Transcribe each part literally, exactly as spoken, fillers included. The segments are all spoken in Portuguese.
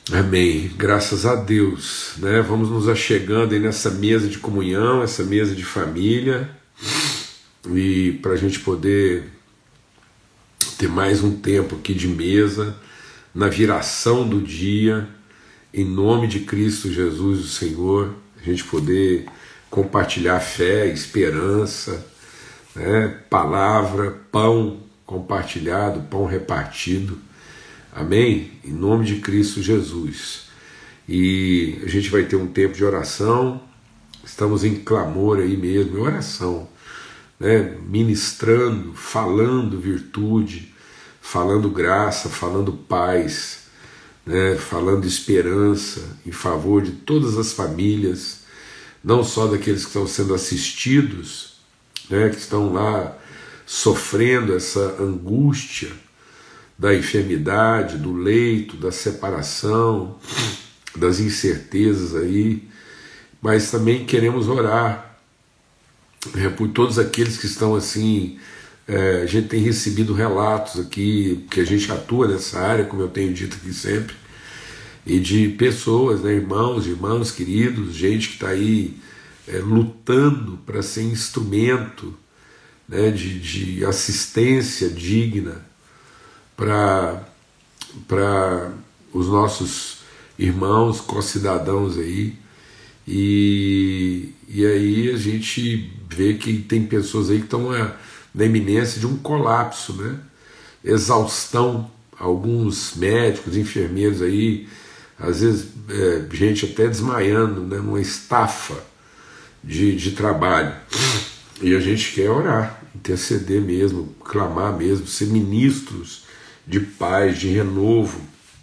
Amém. Graças a Deus, né? Vamos nos achegando aí nessa mesa de comunhão, essa mesa de família, e para a gente poder ter mais um tempo aqui de mesa, na viração do dia, em nome de Cristo Jesus, o Senhor, a gente poder compartilhar fé, esperança, né? Palavra, pão compartilhado, pão repartido. Amém? Em nome de Cristo Jesus. E a gente vai ter um tempo de oração, estamos em clamor aí mesmo, em oração, né? Ministrando, falando virtude, falando graça, falando paz, né? Falando esperança em favor de todas as famílias, não só daqueles que estão sendo assistidos, né? Que estão lá sofrendo essa angústia da enfermidade, do leito, da separação, das incertezas aí, mas também queremos orar, né, por todos aqueles que estão assim. É, a gente tem recebido relatos aqui, que a gente atua nessa área, como eu tenho dito aqui sempre, e de pessoas, né, irmãos, irmãos queridos, gente que está aí é, lutando para ser instrumento, né, de, de assistência digna para para os nossos irmãos, co-cidadãos aí, e, e aí a gente vê que tem pessoas aí que estão na, na iminência de um colapso, né? Exaustão, alguns médicos, enfermeiros aí, às vezes é, gente até desmaiando, né? Numa estafa de, de trabalho, e a gente quer orar, interceder mesmo, clamar mesmo, ser ministros de paz, de renovo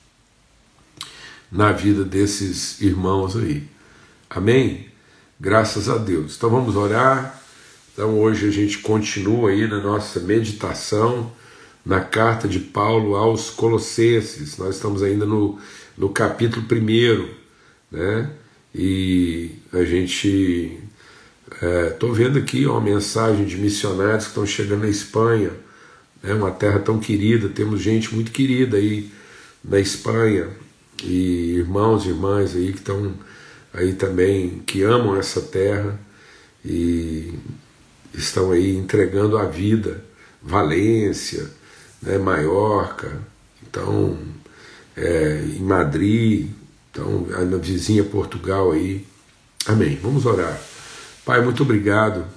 na vida desses irmãos aí. Amém? Graças a Deus. Então vamos orar. Então hoje a gente continua aí na nossa meditação na carta de Paulo aos Colossenses. Nós estamos ainda no, no capítulo primeiro, né? E a gente estou é, vendo aqui ó, uma mensagem de missionários que estão chegando na Espanha. É uma terra tão querida, temos gente muito querida aí na Espanha, e irmãos e irmãs aí que estão aí também, que amam essa terra e estão aí entregando a vida. Valência, né, Maiorca, então é, em Madrid, então na vizinha Portugal aí. Amém. Vamos orar. Pai, muito obrigado,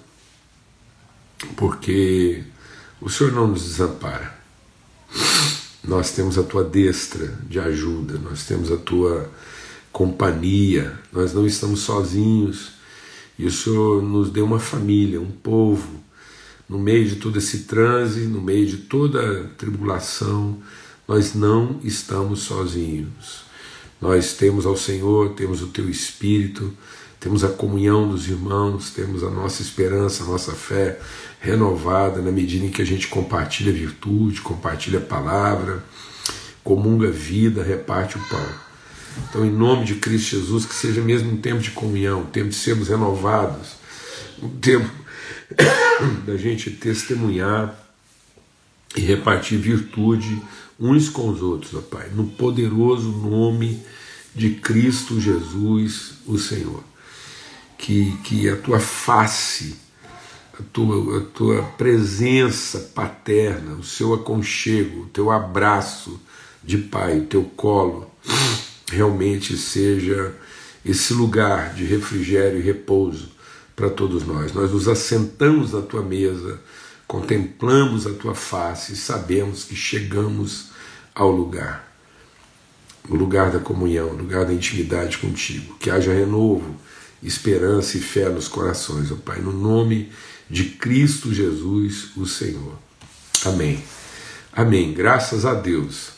porque o Senhor não nos desampara. Nós temos a Tua destra de ajuda, nós temos a Tua companhia, nós não estamos sozinhos, e o Senhor nos deu uma família, um povo, no meio de todo esse transe, no meio de toda a tribulação, nós não estamos sozinhos. Nós temos ao Senhor, temos o Teu Espírito, temos a comunhão dos irmãos, temos a nossa esperança, a nossa fé renovada na medida em que a gente compartilha a virtude, compartilha a palavra, comunga a vida, reparte o pão. Então, em nome de Cristo Jesus, que seja mesmo um tempo de comunhão, um tempo de sermos renovados, um tempo da gente testemunhar e repartir virtude uns com os outros, ó Pai, no poderoso nome de Cristo Jesus, o Senhor. Que, que a Tua face, a tua, a tua presença paterna, o seu aconchego, o Teu abraço de Pai, o Teu colo, realmente seja esse lugar de refrigério e repouso para todos nós. Nós nos assentamos na Tua mesa, contemplamos a Tua face e sabemos que chegamos ao lugar, o lugar da comunhão, o lugar da intimidade contigo. Que haja renovo, esperança e fé nos corações, ó Pai, no nome de Cristo Jesus, o Senhor. Amém. Amém. Graças a Deus.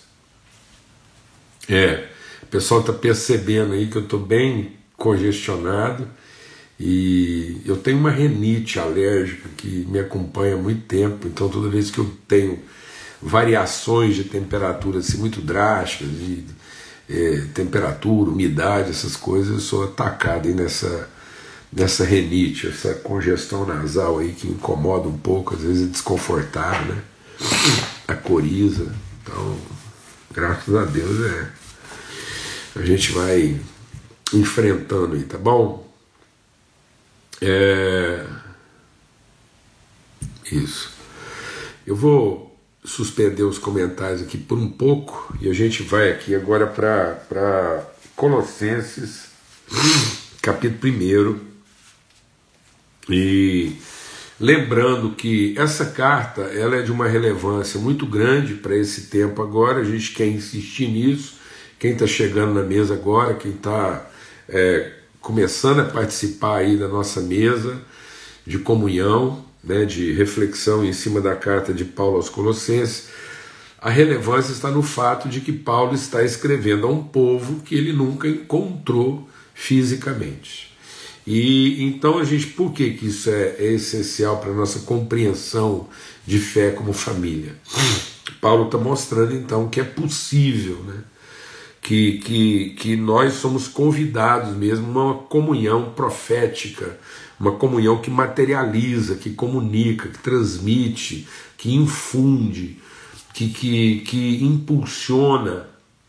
É, o pessoal está percebendo aí que eu estou bem congestionado e eu tenho uma rinite alérgica que me acompanha há muito tempo, então toda vez que eu tenho variações de temperatura assim, muito drásticas, de É, temperatura, umidade, essas coisas, eu sou atacado aí nessa, nessa renite, essa congestão nasal aí que incomoda um pouco, às vezes é desconfortável, né? A coriza. Então, graças a Deus é a gente vai enfrentando aí, tá bom? É... Isso. Eu vou suspender os comentários aqui por um pouco e a gente vai aqui agora para Colossenses, capítulo primeiro. E lembrando que essa carta ela é de uma relevância muito grande para esse tempo agora, a gente quer insistir nisso. Quem está chegando na mesa agora, quem está é, começando a participar aí da nossa mesa de comunhão, né, de reflexão em cima da carta de Paulo aos Colossenses, a relevância está no fato de que Paulo está escrevendo a um povo que ele nunca encontrou fisicamente. E então a gente, por que, que isso é, é essencial para a nossa compreensão de fé como família? Paulo está mostrando então que é possível, né? Que, que, que nós somos convidados mesmo a uma comunhão profética, uma comunhão que materializa, que comunica, que transmite, que infunde, que, que, que impulsiona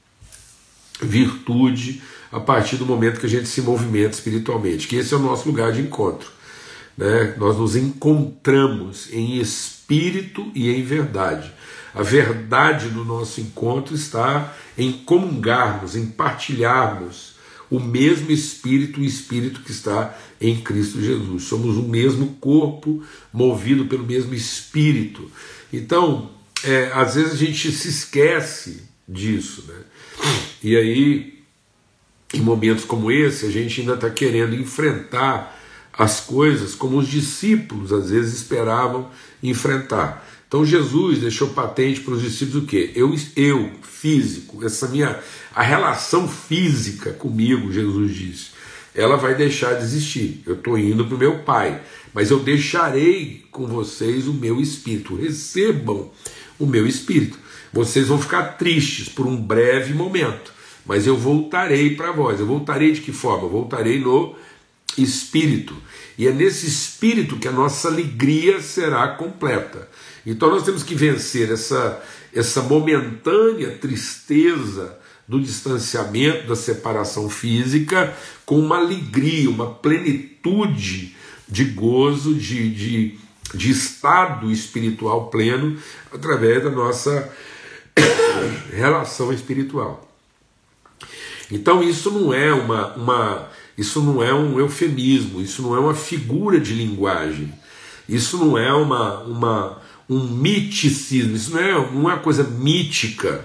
virtude a partir do momento que a gente se movimenta espiritualmente, que esse é o nosso lugar de encontro, né? Nós nos encontramos em espírito e em verdade. A verdade do nosso encontro está em comungarmos, em partilharmos o mesmo Espírito, o Espírito que está em Cristo Jesus. Somos o mesmo corpo, movido pelo mesmo Espírito. Então, é, às vezes a gente se esquece disso, né? E aí, em momentos como esse, a gente ainda está querendo enfrentar as coisas como os discípulos às vezes esperavam enfrentar. Então Jesus deixou patente para os discípulos o quê? Eu, eu, físico, essa minha, a relação física comigo, Jesus disse, ela vai deixar de existir. Eu estou indo para o meu Pai, mas eu deixarei com vocês o meu Espírito. Recebam o meu Espírito. Vocês vão ficar tristes por um breve momento, mas eu voltarei para vós. Eu voltarei de que forma? Eu voltarei no Espírito. E é nesse Espírito que a nossa alegria será completa. Então nós temos que vencer essa, essa momentânea tristeza do distanciamento, da separação física, com uma alegria, uma plenitude de gozo, de, de, de estado espiritual pleno, através da nossa relação espiritual. Então isso não é uma, uma, isso não é um eufemismo, isso não é uma figura de linguagem, isso não é uma, uma, um miticismo, isso não é uma coisa mítica.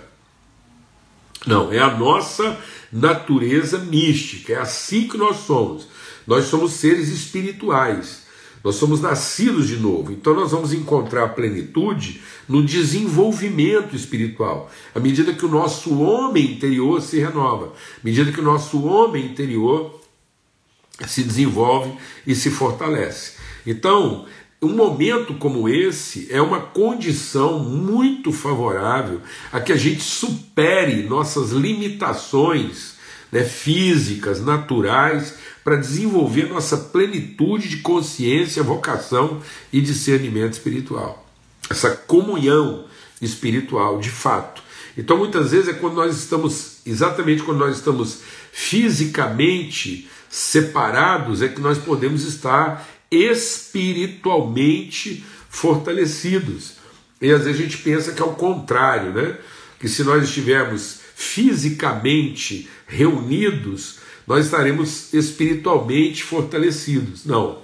Não, é a nossa natureza mística, é assim que nós somos. Nós somos seres espirituais, nós somos nascidos de novo, então nós vamos encontrar a plenitude no desenvolvimento espiritual, à medida que o nosso homem interior se renova, à medida que o nosso homem interior se desenvolve e se fortalece. Então, um momento como esse é uma condição muito favorável a que a gente supere nossas limitações, né, físicas, naturais, para desenvolver nossa plenitude de consciência, vocação e discernimento espiritual. Essa comunhão espiritual, de fato. Então, muitas vezes é quando nós estamos, exatamente quando nós estamos fisicamente separados, é que nós podemos estar espiritualmente fortalecidos. E às vezes a gente pensa que é o contrário, né? Que se nós estivermos fisicamente reunidos, nós estaremos espiritualmente fortalecidos. Não.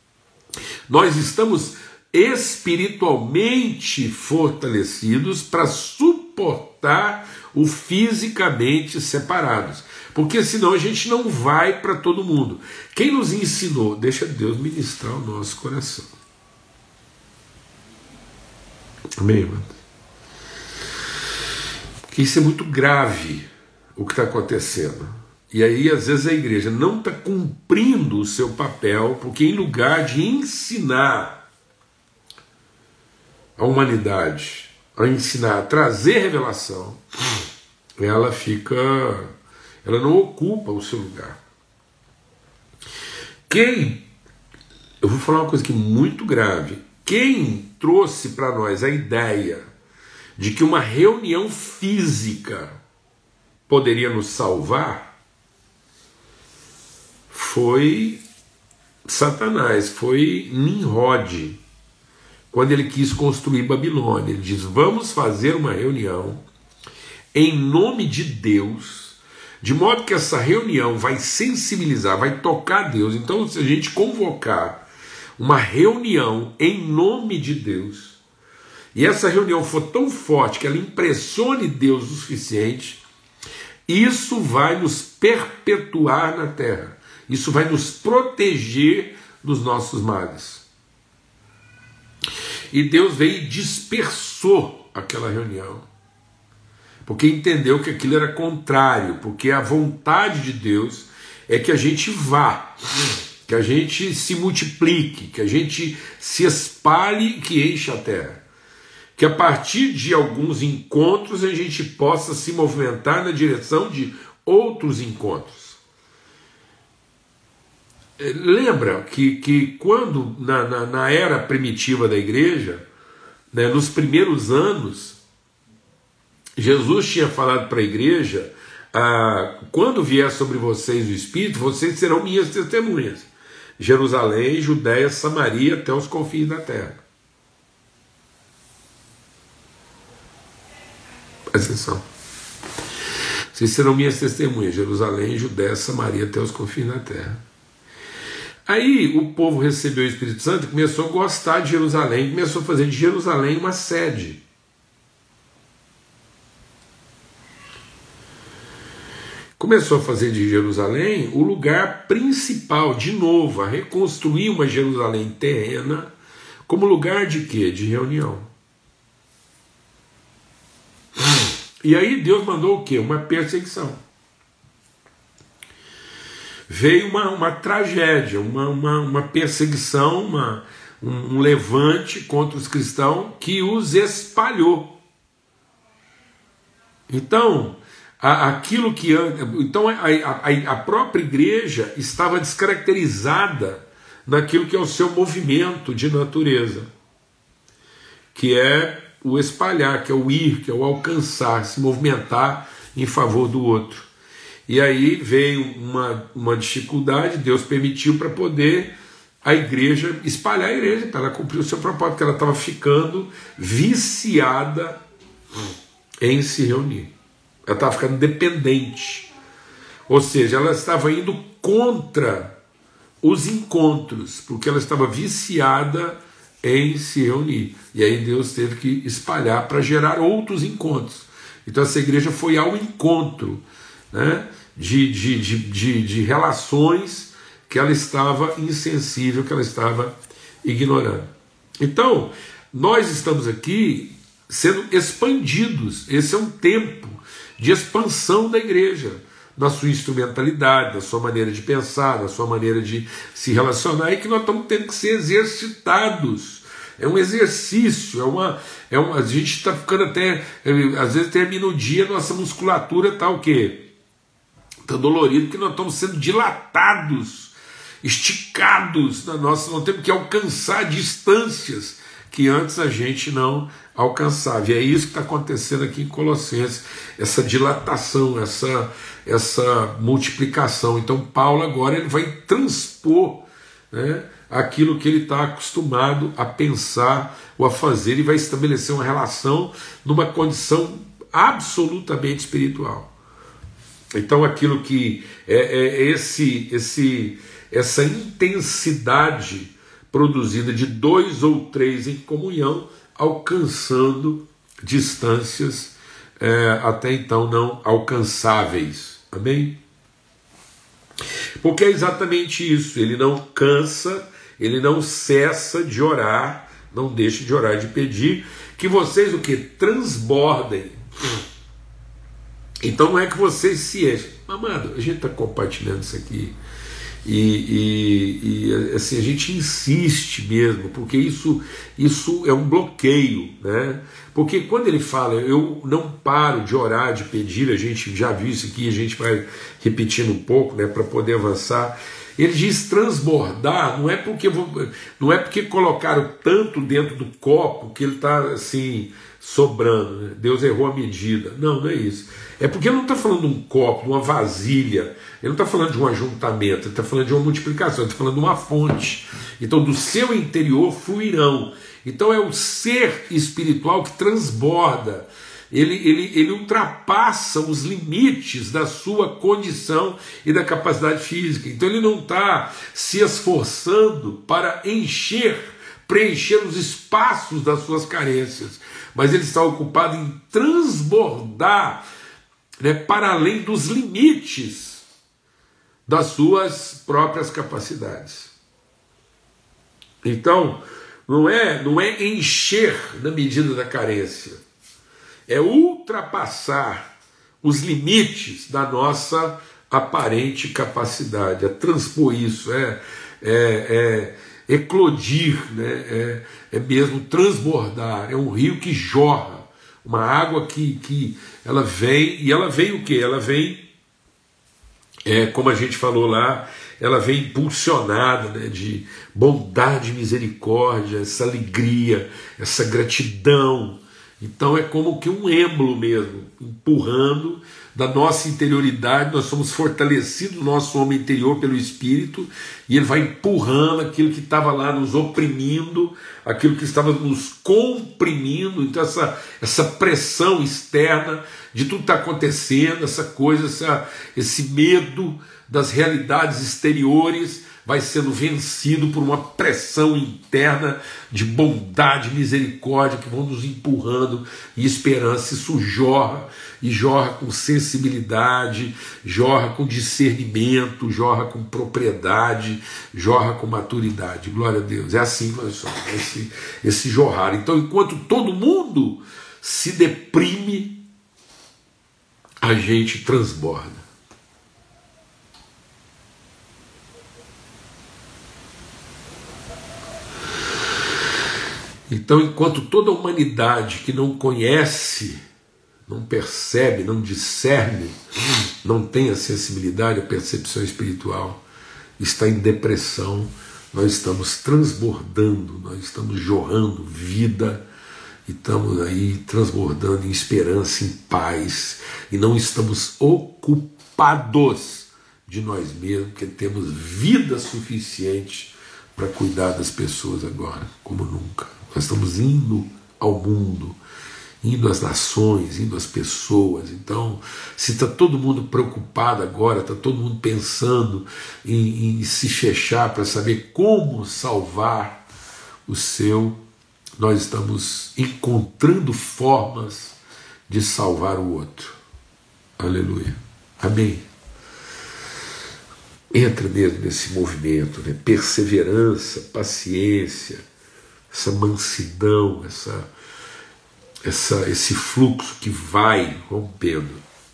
Nós estamos espiritualmente fortalecidos para suportar o fisicamente separados. Porque senão a gente não vai para todo mundo. Quem nos ensinou? Deixa Deus ministrar o nosso coração. Amém, irmão? Porque isso é muito grave, o que está acontecendo. E aí, às vezes, a igreja não está cumprindo o seu papel, porque em lugar de ensinar a humanidade, a ensinar, a trazer revelação, ela fica... ela não ocupa o seu lugar. Quem, eu vou falar uma coisa aqui muito grave, quem trouxe para nós a ideia de que uma reunião física poderia nos salvar foi Satanás, foi Nimrod, quando ele quis construir Babilônia. Ele diz: vamos fazer uma reunião em nome de Deus, de modo que essa reunião vai sensibilizar, vai tocar Deus. Então, se a gente convocar uma reunião em nome de Deus, e essa reunião for tão forte que ela impressione Deus o suficiente, isso vai nos perpetuar na terra, isso vai nos proteger dos nossos males. E Deus veio e dispersou aquela reunião, porque entendeu que aquilo era contrário, porque a vontade de Deus é que a gente vá, que a gente se multiplique, que a gente se espalhe e que enche a terra. Que a partir de alguns encontros a gente possa se movimentar na direção de outros encontros. Lembra que, que quando, na, na, na era primitiva da igreja, né, nos primeiros anos, Jesus tinha falado para a igreja: ah, quando vier sobre vocês o Espírito, vocês serão minhas testemunhas. Jerusalém, Judéia, Samaria, até os confins da terra. Presta atenção. Vocês serão minhas testemunhas, Jerusalém, Judéia, Samaria, até os confins da terra. Aí o povo recebeu o Espírito Santo e começou a gostar de Jerusalém, começou a fazer de Jerusalém uma sede. Começou a fazer de Jerusalém o lugar principal, de novo, a reconstruir uma Jerusalém terrena como lugar de quê? De reunião. E aí Deus mandou o quê? Uma perseguição. Veio uma, uma tragédia, uma, uma, uma perseguição, uma, um, um levante contra os cristãos que os espalhou. Então, a, aquilo que então a, a, a própria igreja estava descaracterizada naquilo que é o seu movimento de natureza, que é o espalhar, que é o ir, que é o alcançar, se movimentar em favor do outro. E aí veio uma, uma dificuldade, Deus permitiu para poder a igreja espalhar a igreja, para ela cumprir o seu propósito, porque ela estava ficando viciada em se reunir. Ela estava ficando dependente. Ou seja, ela estava indo contra os encontros, porque ela estava viciada em se reunir. E aí Deus teve que espalhar para gerar outros encontros. Então essa igreja foi ao encontro, né, de, de, de, de, de relações que ela estava insensível, que ela estava ignorando. Então, nós estamos aqui sendo expandidos. Esse é um tempo de expansão da igreja, na sua instrumentalidade, na sua maneira de pensar, na sua maneira de se relacionar, e que nós estamos tendo que ser exercitados. É um exercício, é uma, é uma, a gente está ficando até, às vezes termina o dia, nossa musculatura está o quê? Está dolorido, porque nós estamos sendo dilatados, esticados na nossa, nós temos que alcançar distâncias que antes a gente não alcançava. E é isso que está acontecendo aqui em Colossenses, essa dilatação, essa, essa multiplicação. Então Paulo agora ele vai transpor, né, aquilo que ele está acostumado a pensar ou a fazer, e vai estabelecer uma relação numa condição absolutamente espiritual. Então aquilo que é, é esse, esse, essa intensidade produzida de dois ou três em comunhão, alcançando distâncias é, até então não alcançáveis. Amém? Porque é exatamente isso, ele não cansa, ele não cessa de orar, não deixa de orar, de pedir que vocês o que? Transbordem. Então não é que vocês se enchem. Amado, a gente está compartilhando isso aqui e, e, e assim, a gente insiste mesmo, porque isso, isso é um bloqueio, né? Porque quando ele fala, eu não paro de orar, de pedir, a gente já viu isso aqui, a gente vai repetindo um pouco, né, para poder avançar. Ele diz transbordar, não é porque não é porque colocaram tanto dentro do copo que ele está assim sobrando, né? Deus errou a medida. Não, não é isso. É porque ele não está falando de um copo, de uma vasilha, ele não está falando de um ajuntamento, ele está falando de uma multiplicação, ele está falando de uma fonte. Então, do seu interior fluirão. Então, é o ser espiritual que transborda. Ele, ele, ele ultrapassa os limites da sua condição e da capacidade física. Então ele não está se esforçando para encher, preencher os espaços das suas carências, mas ele está ocupado em transbordar, né, para além dos limites das suas próprias capacidades. Então não é, não é encher na medida da carência, é ultrapassar os limites da nossa aparente capacidade, é transpor isso, é, é, é eclodir, né? é, é mesmo transbordar, é um rio que jorra, uma água que, que ela vem, e ela vem o quê? Ela vem, é, como a gente falou lá, ela vem impulsionada, né, de bondade e misericórdia, essa alegria, essa gratidão. Então é como que um êmbolo mesmo, empurrando da nossa interioridade. Nós somos fortalecidos no nosso homem interior pelo Espírito, e ele vai empurrando aquilo que estava lá nos oprimindo, aquilo que estava nos comprimindo. Então essa, essa pressão externa de tudo que está acontecendo, essa coisa, essa, esse medo das realidades exteriores vai sendo vencido por uma pressão interna de bondade e misericórdia que vão nos empurrando, e esperança. Isso jorra, e jorra com sensibilidade, jorra com discernimento, jorra com propriedade, jorra com maturidade. Glória a Deus, é assim que nós somos, esse, esse jorrar. Então, enquanto todo mundo se deprime, a gente transborda. Então, enquanto toda a humanidade que não conhece, não percebe, não discerne, não tem a sensibilidade, a percepção espiritual, está em depressão, nós estamos transbordando, nós estamos jorrando vida, e estamos aí transbordando em esperança, em paz, e não estamos ocupados de nós mesmos, porque temos vida suficiente para cuidar das pessoas agora, como nunca. Nós estamos indo ao mundo, indo às nações, indo às pessoas. Então, se está todo mundo preocupado agora, está todo mundo pensando em, em se fechar para saber como salvar o seu, nós estamos encontrando formas de salvar o outro. Aleluia. Amém. Entra mesmo nesse movimento, né? Perseverança, paciência, essa mansidão, essa, essa, esse fluxo que vai rompendo.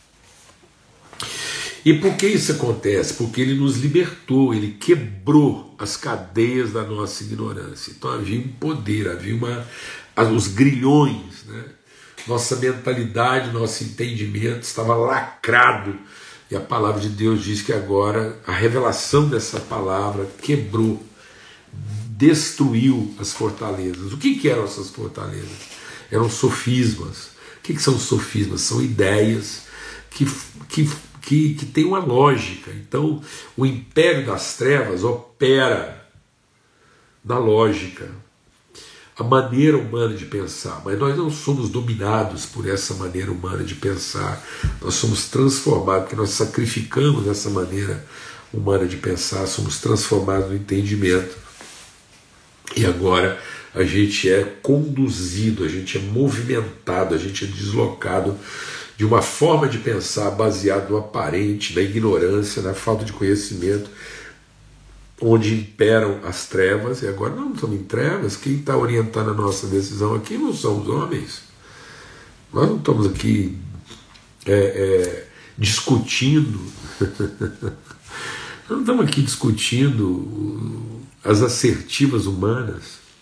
E por que isso acontece? Porque ele nos libertou, ele quebrou as cadeias da nossa ignorância. Então havia um poder, havia uma, os grilhões, né? Nossa mentalidade, nosso entendimento estava lacrado, e a palavra de Deus diz que agora a revelação dessa palavra quebrou, destruiu as fortalezas. O que, que eram essas fortalezas? Eram sofismas. O que, que são sofismas? São ideias que, que, que, que têm uma lógica. Então, o império das trevas opera na lógica, a maneira humana de pensar, mas nós não somos dominados por essa maneira humana de pensar, nós somos transformados, porque nós sacrificamos essa maneira humana de pensar, somos transformados no entendimento. E agora a gente é conduzido, a gente é movimentado, a gente é deslocado de uma forma de pensar baseada no aparente, na ignorância, na falta de conhecimento, onde imperam as trevas. E agora nós não estamos em trevas. Quem está orientando a nossa decisão aqui não são os homens. Nós não estamos aqui é, é, discutindo, nós não estamos aqui discutindo as assertivas humanas.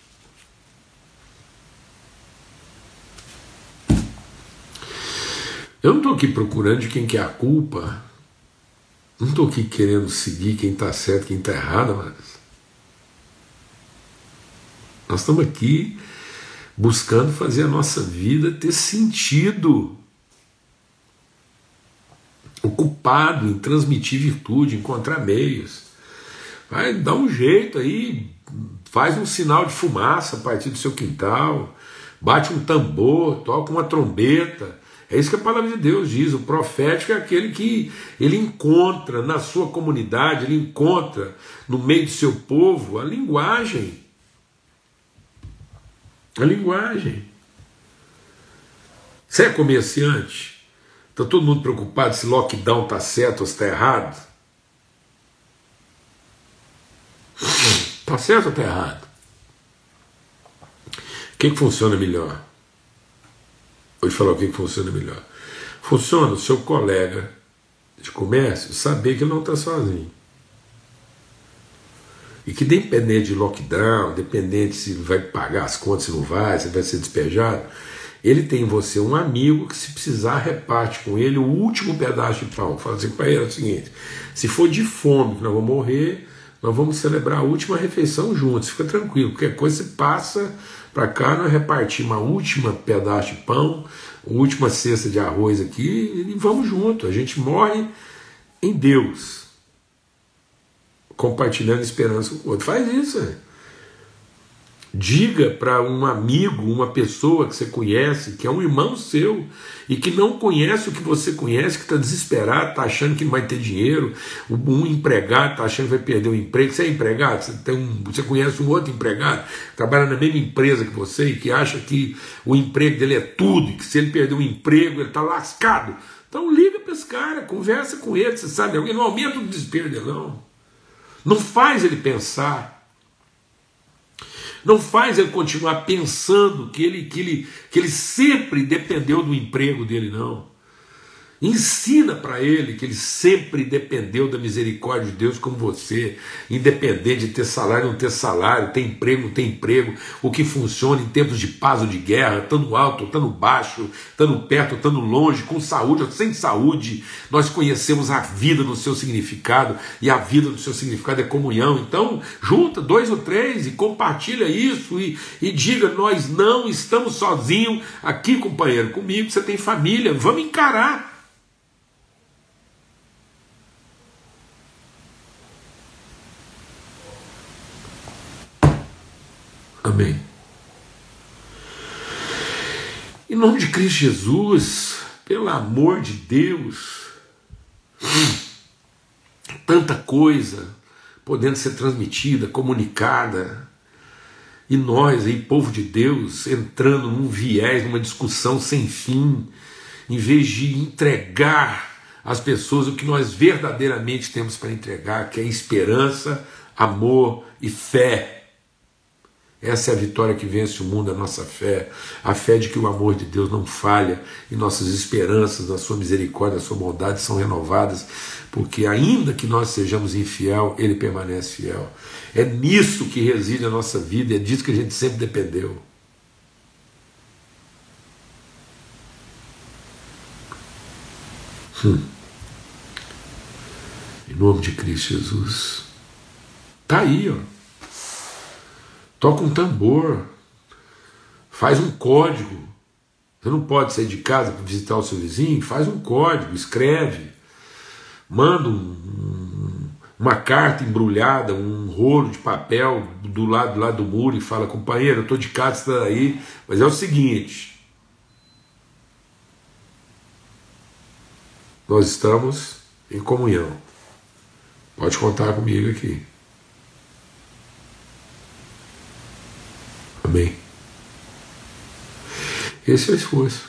Eu não estou aqui procurando de quem que é a culpa, não estou aqui querendo seguir quem está certo, quem está errado, mas nós estamos aqui buscando fazer a nossa vida ter sentido, ocupado em transmitir virtude, encontrar meios. Vai dar um jeito aí, faz um sinal de fumaça a partir do seu quintal, bate um tambor, toca uma trombeta. É isso que a palavra de Deus diz. O profético é aquele que ele encontra na sua comunidade, ele encontra no meio do seu povo a linguagem. A linguagem. Você é comerciante? Está todo mundo preocupado se lockdown está certo ou se está errado? Está certo ou está errado? O que, que funciona melhor? Vou te falar o que, que funciona melhor. Funciona o seu colega de comércio saber que ele não está sozinho. E que dependente de lockdown, dependente se vai pagar as contas, se não vai, se vai ser despejado, ele tem em você um amigo que, se precisar, reparte com ele o último pedaço de pão. Fala assim para ele: é o seguinte, se for de fome que nós vamos morrer, nós vamos celebrar a última refeição juntos, fica tranquilo, qualquer coisa você passa para cá, nós repartimos a última pedaço de pão, a última cesta de arroz aqui, e vamos junto, a gente morre em Deus, compartilhando esperança com o outro. Faz isso, né? Diga para um amigo, uma pessoa que você conhece, que é um irmão seu, e que não conhece o que você conhece, que está desesperado, está achando que não vai ter dinheiro, um empregado está achando que vai perder o emprego. Você é empregado, você, tem um, você conhece um outro empregado, que trabalha na mesma empresa que você, e que acha que o emprego dele é tudo, e que se ele perder o emprego, ele está lascado. Então liga para esse cara, conversa com ele, você sabe, alguém não aumenta o desespero dele, não. Não faz ele pensar. Não faz ele continuar pensando que ele, que ele, que ele sempre dependeu do emprego dele, não. Ensina para ele que ele sempre dependeu da misericórdia de Deus como você, independente de ter salário ou não ter salário, ter emprego ou não ter emprego, o que funciona em tempos de paz ou de guerra, estando alto, estando baixo, estando perto, estando longe, com saúde ou sem saúde. Nós conhecemos a vida no seu significado, e a vida no seu significado é comunhão. Então junta dois ou três e compartilha isso, e, e diga: nós não estamos sozinhos aqui, companheiro, comigo você tem família, vamos encarar. Amém. Em nome de Cristo Jesus, pelo amor de Deus, tanta coisa podendo ser transmitida, comunicada, e nós aí, povo de Deus, entrando num viés, numa discussão sem fim, em vez de entregar às pessoas o que nós verdadeiramente temos para entregar, que é esperança, amor e fé. Essa é a vitória que vence o mundo, a nossa fé, a fé de que o amor de Deus não falha, e nossas esperanças na sua misericórdia, na sua bondade são renovadas, porque ainda que nós sejamos infiel, Ele permanece fiel. É nisso que reside a nossa vida, é disso que a gente sempre dependeu. Hum. Em nome de Cristo Jesus. Está aí, ó. Toca um tambor, faz um código. Você não pode sair de casa para visitar o seu vizinho? Faz um código, escreve, manda um, um, uma carta embrulhada, um rolo de papel do lado, do lado do muro, e fala: companheiro, eu estou de casa, você está aí, mas é o seguinte, nós estamos em comunhão, pode contar comigo aqui. Amém. Esse é o esforço.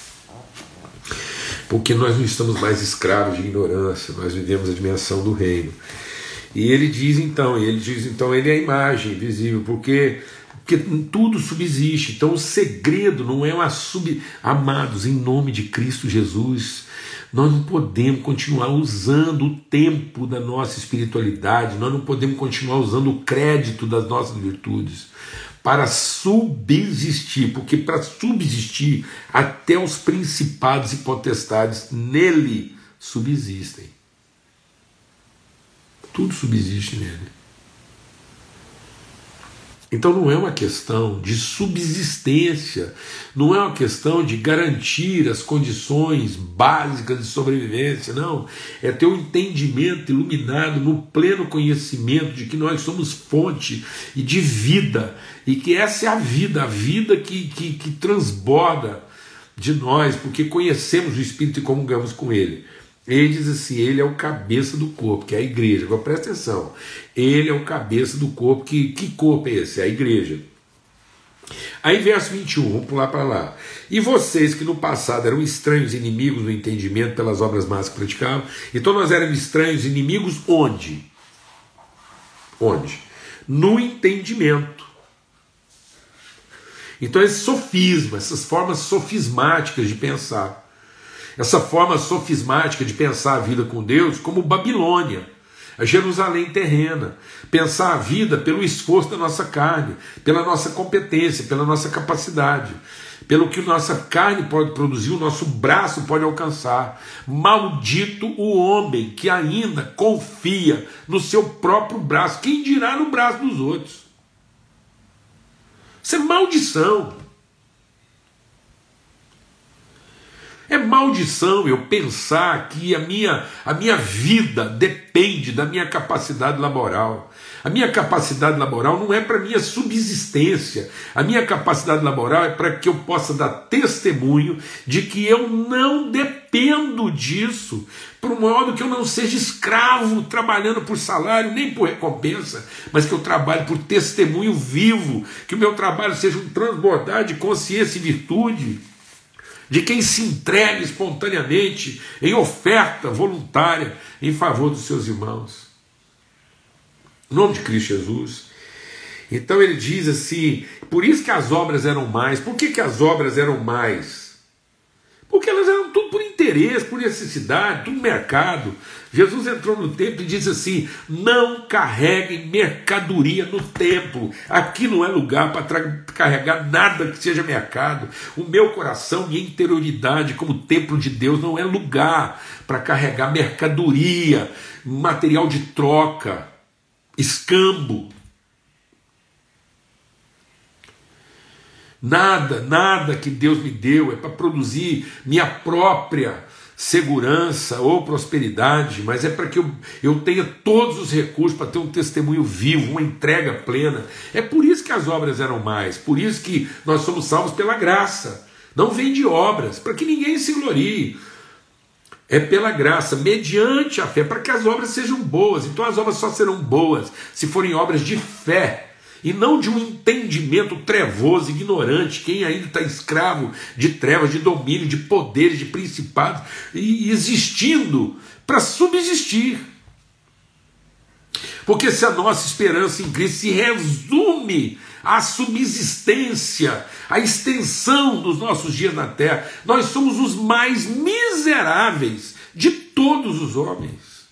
Porque nós não estamos mais escravos de ignorância, nós vivemos a dimensão do reino. E ele diz então, ele diz então, ele é a imagem visível, porque, porque tudo subsiste. Então o segredo não é uma sub... Amados, em nome de Cristo Jesus, nós não podemos continuar usando o tempo da nossa espiritualidade, nós não podemos continuar usando o crédito das nossas virtudes para subsistir, porque para subsistir até os principados e potestades nele subsistem. Tudo subsiste nele. Então não é uma questão de subsistência, não é uma questão de garantir as condições básicas de sobrevivência, não. É ter o um entendimento iluminado no pleno conhecimento de que nós somos fonte e de vida, e que essa é a vida, a vida que, que, que transborda de nós, porque conhecemos o Espírito e comungamos com Ele. Ele diz assim, ele é o cabeça do corpo, que é a igreja. Agora presta atenção, ele é o cabeça do corpo, que, que corpo é esse? É a igreja. Aí verso vinte e um, vamos pular para lá. E vocês que no passado eram estranhos e inimigos no entendimento pelas obras más que praticavam, então nós éramos estranhos e inimigos onde? Onde? No entendimento. Então esse sofisma, essas formas sofismáticas de pensar, essa forma sofismática de pensar a vida com Deus como Babilônia, a Jerusalém terrena, pensar a vida pelo esforço da nossa carne, pela nossa competência, pela nossa capacidade, pelo que nossa carne pode produzir, o nosso braço pode alcançar. Maldito o homem que ainda confia no seu próprio braço, quem dirá no braço dos outros? Isso é maldição. É maldição eu pensar que a minha, a minha vida depende da minha capacidade laboral. A minha capacidade laboral não é para minha subsistência. A minha capacidade laboral é para que eu possa dar testemunho de que eu não dependo disso, por modo que eu não seja escravo trabalhando por salário, nem por recompensa, mas que eu trabalhe por testemunho vivo, que o meu trabalho seja um transbordar de consciência e virtude, de quem se entrega espontaneamente em oferta voluntária em favor dos seus irmãos. Em nome de Cristo Jesus. Então ele diz assim, por isso que as obras eram mais. Por que, que as obras eram mais? Porque elas eram tudo por interesse, por necessidade, tudo mercado. Jesus entrou no templo e disse assim, não carreguem mercadoria no templo. Aqui não é lugar para carregar nada que seja mercado. O meu coração, minha interioridade como templo de Deus não é lugar para carregar mercadoria, material de troca, escambo. Nada, nada que Deus me deu é para produzir minha própria segurança ou prosperidade, mas é para que eu, eu tenha todos os recursos para ter um testemunho vivo, uma entrega plena. É por isso que as obras eram mais, por isso que nós somos salvos pela graça, não vem de obras, para que ninguém se glorie. É pela graça, mediante a fé, para que as obras sejam boas. Então as obras só serão boas se forem obras de fé, e não de um entendimento trevoso, ignorante, quem ainda está escravo de trevas, de domínio, de poderes, de principados, e existindo para subsistir. Porque se a nossa esperança em Cristo se resume à subsistência, à extensão dos nossos dias na terra, nós somos os mais miseráveis de todos os homens.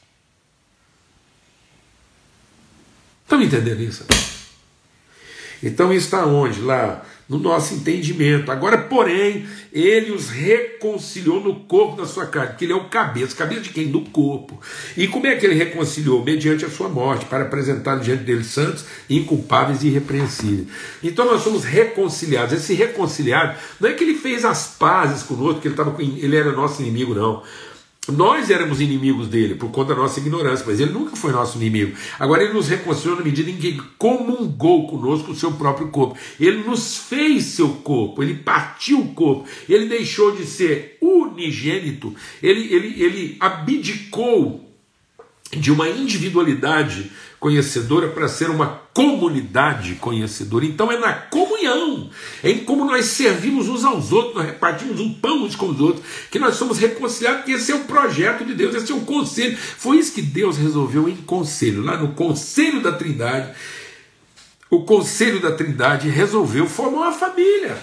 Estão entendendo isso? Então isso está onde? Lá no nosso entendimento. Agora, porém, ele os reconciliou no corpo da sua carne, porque ele é o cabeça. Cabeça de quem? Do corpo. E como é que ele reconciliou? Mediante a sua morte, para apresentar diante dele santos, inculpáveis e irrepreensíveis. Então nós somos reconciliados. Esse reconciliado não é que ele fez as pazes conosco, que ele, tava com, ele era nosso inimigo, não. Nós éramos inimigos dele por conta da nossa ignorância, mas ele nunca foi nosso inimigo. Agora ele nos reconciliou na medida em que ele comungou conosco o seu próprio corpo. Ele nos fez seu corpo, ele partiu o corpo, ele deixou de ser unigênito, ele, ele, ele abdicou de uma individualidade conhecedora para ser uma comunidade conhecedora. Então é na comunhão, é em como nós servimos uns aos outros, nós repartimos um pão uns com os outros, que nós somos reconciliados, porque esse é o projeto de Deus, esse é o conselho. Foi isso que Deus resolveu em conselho, lá no conselho da Trindade. O conselho da Trindade resolveu formar uma família.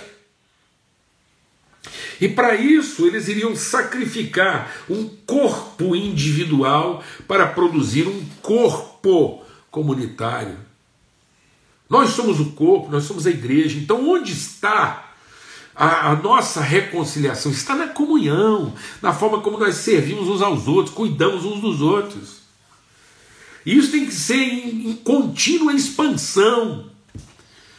E para isso eles iriam sacrificar um corpo individual para produzir um corpo comunitário. Nós somos o corpo, nós somos a igreja. Então onde está a, a nossa reconciliação? Está na comunhão, na forma como nós servimos uns aos outros, cuidamos uns dos outros. E isso tem que ser em, em contínua expansão.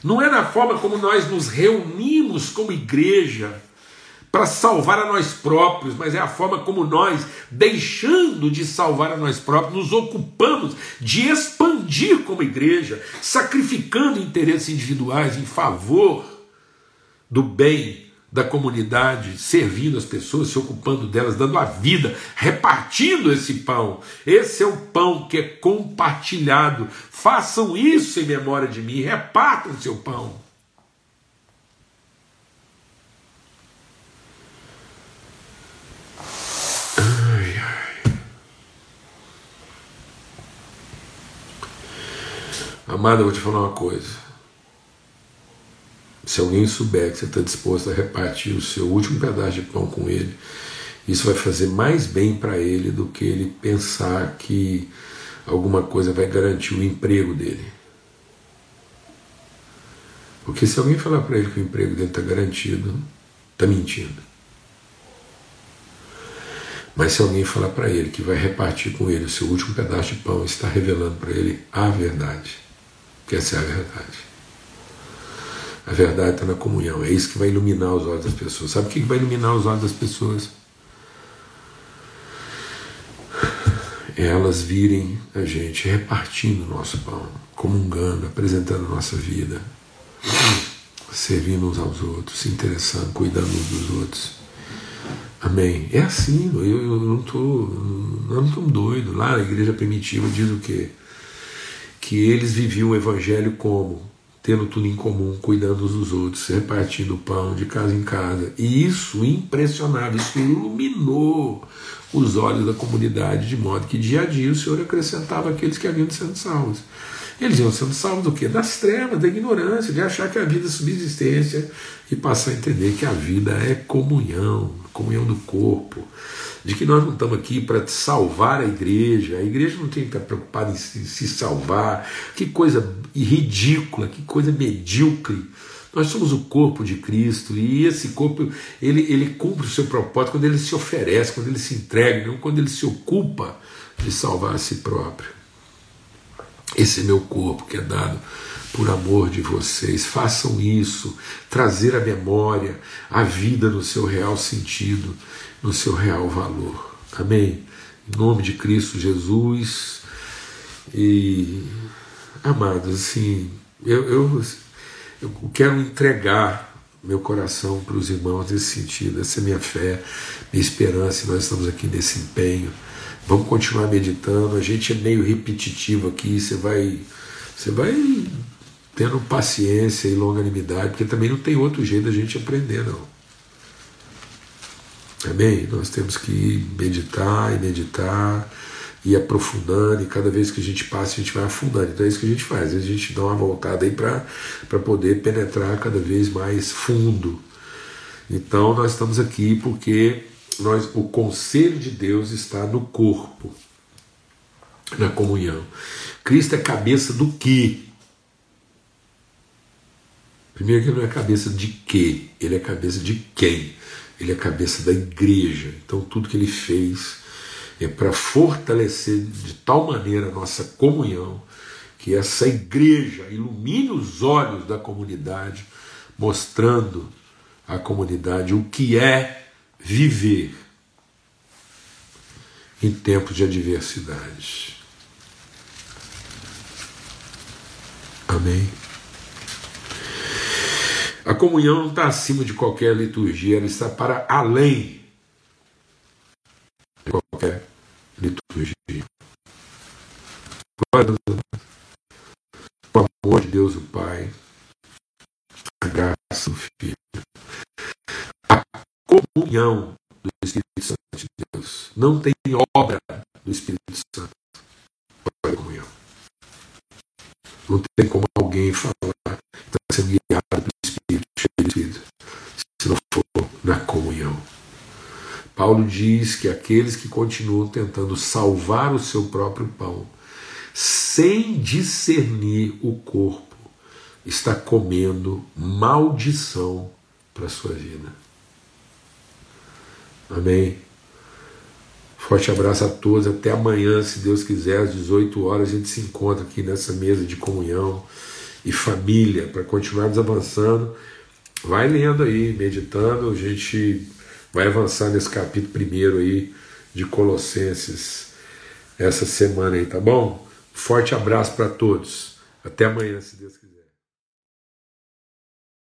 não é na forma como nós nos reunimos como igreja para salvar a nós próprios, mas é a forma como nós, deixando de salvar a nós próprios, nos ocupamos de expandir como igreja, sacrificando interesses individuais em favor do bem da comunidade, servindo as pessoas, se ocupando delas, dando a vida, repartindo esse pão. Esse é o pão que é compartilhado. Façam isso em memória de mim, repartam o seu pão. Ai, ai. Amado, eu vou te falar uma coisa. Se alguém souber que você está disposto a repartir o seu último pedaço de pão com ele, isso vai fazer mais bem para ele do que ele pensar que alguma coisa vai garantir o emprego dele. Porque se alguém falar para ele que o emprego dele está garantido, está mentindo. Mas se alguém falar para ele que vai repartir com ele o seu último pedaço de pão, está revelando para ele a verdade. Que essa é a verdade. A verdade está na comunhão. É isso que vai iluminar os olhos das pessoas. Sabe o que vai iluminar os olhos das pessoas? É elas virem a gente repartindo o nosso pão, comungando, apresentando a nossa vida, servindo uns aos outros, se interessando, cuidando uns dos outros. Amém? É assim, eu, eu não estou não tô doido. Lá na igreja primitiva diz o quê? Que eles viviam o evangelho como? Tendo tudo em comum, cuidando uns dos outros, repartindo o pão de casa em casa. E isso impressionava, isso iluminou os olhos da comunidade, de modo que dia a dia o Senhor acrescentava aqueles que haviam sendo salvos. Eles iam sendo salvos do quê? Das trevas, da ignorância, de achar que a vida é subsistência e passar a entender que a vida é comunhão, comunhão do corpo, de que nós não estamos aqui para salvar a igreja, a igreja não tem que estar preocupada em se, se salvar, que coisa ridícula, que coisa medíocre. Nós somos o corpo de Cristo e esse corpo ele, ele cumpre o seu propósito quando ele se oferece, quando ele se entrega, não quando ele se ocupa de salvar a si próprio. Esse é meu corpo que é dado por amor de vocês. Façam isso, trazer a memória, a vida no seu real sentido, no seu real valor. Amém? Em nome de Cristo Jesus. E, amados, assim, eu, eu, eu quero entregar meu coração para os irmãos nesse sentido. Essa é minha fé, minha esperança, e nós estamos aqui nesse empenho. Vamos continuar meditando. A gente é meio repetitivo aqui, você vai, você vai tendo paciência e longanimidade, porque também não tem outro jeito da gente aprender, não. Amém? Nós temos que meditar e meditar e aprofundando, e cada vez que a gente passa, a gente vai afundando. Então é isso que a gente faz, às vezes a gente dá uma voltada aí para poder penetrar cada vez mais fundo. Então nós estamos aqui porque nós, o conselho de Deus está no corpo, na comunhão. Cristo é cabeça do quê? Primeiro que ele não é cabeça de quê? Ele é cabeça de quem? Ele é cabeça da igreja. Então tudo que ele fez é para fortalecer de tal maneira a nossa comunhão, que essa igreja ilumine os olhos da comunidade, mostrando à comunidade o que é viver em tempos de adversidade. Amém? A comunhão não está acima de qualquer liturgia, ela está para além de qualquer liturgia. O amor de Deus o Pai, a graça do Filho, a comunhão do Espírito Santo de Deus. Não tem obra do Espírito Santo para a comunhão. Não tem como alguém falar que está sendo guiado pelo Espírito, cheio de Espírito, se não for na comunhão. Paulo diz que aqueles que continuam tentando salvar o seu próprio pão, sem discernir o corpo, está comendo maldição para a sua vida. Amém? Forte abraço a todos, até amanhã, se Deus quiser, às dezoito horas, a gente se encontra aqui nessa mesa de comunhão e família, para continuarmos avançando. Vai lendo aí, meditando, a gente vai avançar nesse capítulo primeiro aí de Colossenses essa semana aí, tá bom? Forte abraço para todos. Até amanhã, se Deus quiser.